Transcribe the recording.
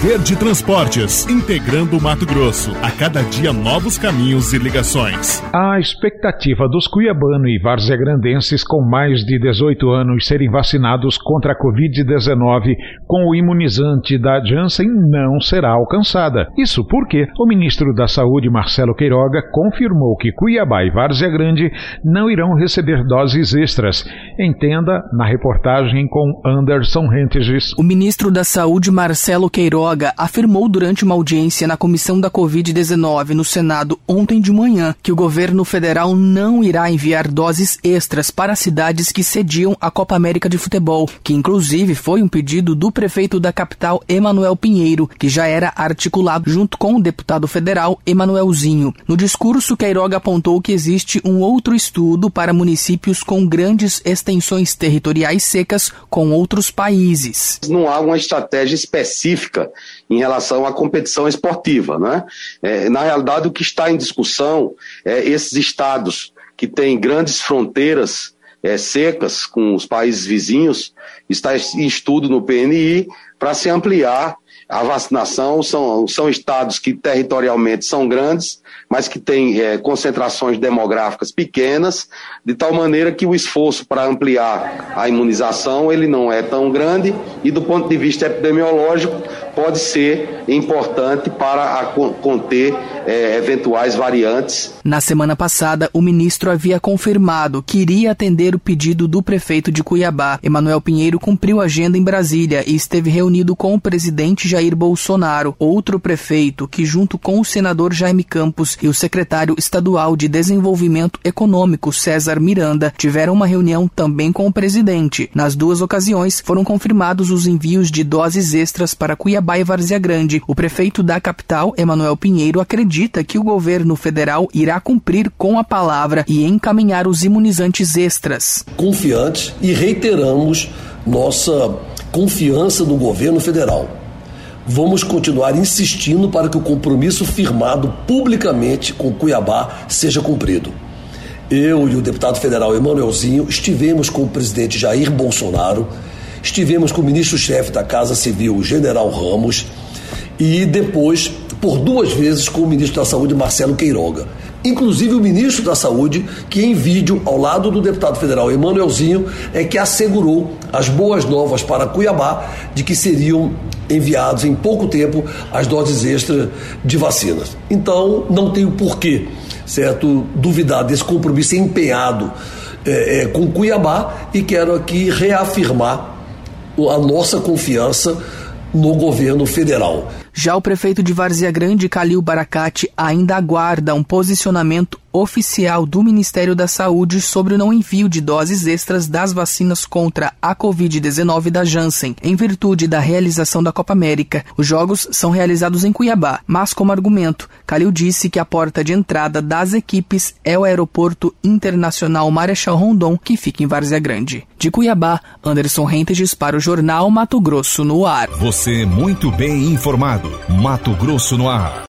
Verde Transportes, integrando o Mato Grosso. A cada dia novos caminhos e ligações. A expectativa dos cuiabano e varziagrandenses com mais de 18 anos serem vacinados contra a Covid-19 com o imunizante da Janssen não será alcançada. Isso porque o ministro da Saúde, Marcelo Queiroga, confirmou que Cuiabá e Várzea Grande não irão receber doses extras. Entenda na reportagem com Anderson Rentes. O ministro da Saúde, Marcelo Queiroga, afirmou durante uma audiência na Comissão da Covid-19 no Senado ontem de manhã que o governo federal não irá enviar doses extras para cidades que sediam a Copa América de Futebol, que inclusive foi um pedido do prefeito da capital, Emanuel Pinheiro, que já era articulado junto com o deputado federal, Emanuelzinho. No discurso, Queiroga apontou que existe um outro estudo para municípios com grandes extensões territoriais secas com outros países. Não há uma estratégia específica em relação à competição esportiva, né? Na realidade, o que está em discussão é esses estados que têm grandes fronteiras secas com os países vizinhos, está em estudo no PNI para se ampliar a vacinação. São estados que territorialmente são grandes, mas que têm concentrações demográficas pequenas, de tal maneira que o esforço para ampliar a imunização ele não é tão grande e, do ponto de vista epidemiológico, pode ser importante para conter eventuais variantes. Na semana passada, o ministro havia confirmado que iria atender o pedido do prefeito de Cuiabá. Emanuel Pinheiro cumpriu a agenda em Brasília e esteve reunido com o presidente Jair Bolsonaro. Outro prefeito que, junto com o senador Jaime Campos e o secretário estadual de Desenvolvimento Econômico, César Miranda, tiveram uma reunião também com o presidente. Nas duas ocasiões, foram confirmados os envios de doses extras para Cuiabá e Várzea Grande. O prefeito da capital, Emanuel Pinheiro, acredita que o governo federal irá cumprir com a palavra e encaminhar os imunizantes extras. Confiantes e reiteramos nossa confiança no governo federal. Vamos continuar insistindo para que o compromisso firmado publicamente com Cuiabá seja cumprido. Eu e o deputado federal Emanuelzinho estivemos com o presidente Jair Bolsonaro, estivemos com o ministro-chefe da Casa Civil, General Ramos, e depois, por 2 vezes, com o ministro da Saúde, Marcelo Queiroga. Inclusive o ministro da Saúde, que em vídeo, ao lado do deputado federal Emanuelzinho, que assegurou as boas novas para Cuiabá de que seriam enviados em pouco tempo as doses extras de vacinas. Então, não tenho porquê, certo, duvidar desse compromisso empenhado com Cuiabá, e quero aqui reafirmar a nossa confiança no governo federal. Já o prefeito de Várzea Grande, Calil Baracate, ainda aguarda um posicionamento oficial do Ministério da Saúde sobre o não envio de doses extras das vacinas contra a Covid-19 da Janssen, em virtude da realização da Copa América. Os jogos são realizados em Cuiabá, mas como argumento, Calil disse que a porta de entrada das equipes é o Aeroporto Internacional Marechal Rondon, que fica em Várzea Grande. De Cuiabá, Anderson Rentes para o Jornal Mato Grosso no Ar. Você muito bem informado. Mato Grosso no Ar.